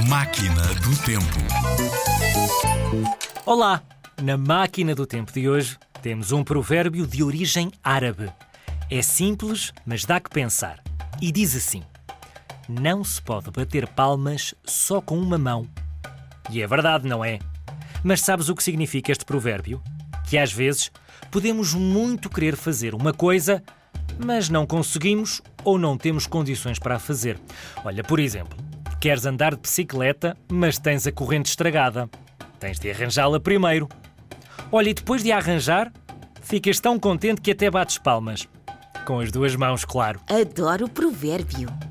Máquina do Tempo. Olá! Na Máquina do Tempo de hoje temos um provérbio de origem árabe. É simples, mas dá que pensar. E diz assim: não se pode bater palmas só com uma mão. E é verdade, não é? Mas sabes o que significa este provérbio? Que às vezes podemos muito querer fazer uma coisa, mas não conseguimos ou não temos condições para a fazer. Olha, por exemplo, queres andar de bicicleta, mas tens a corrente estragada. Tens de arranjá-la primeiro. Olha, e depois de a arranjar, ficas tão contente que até bates palmas. Com as duas mãos, claro. Adoro o provérbio.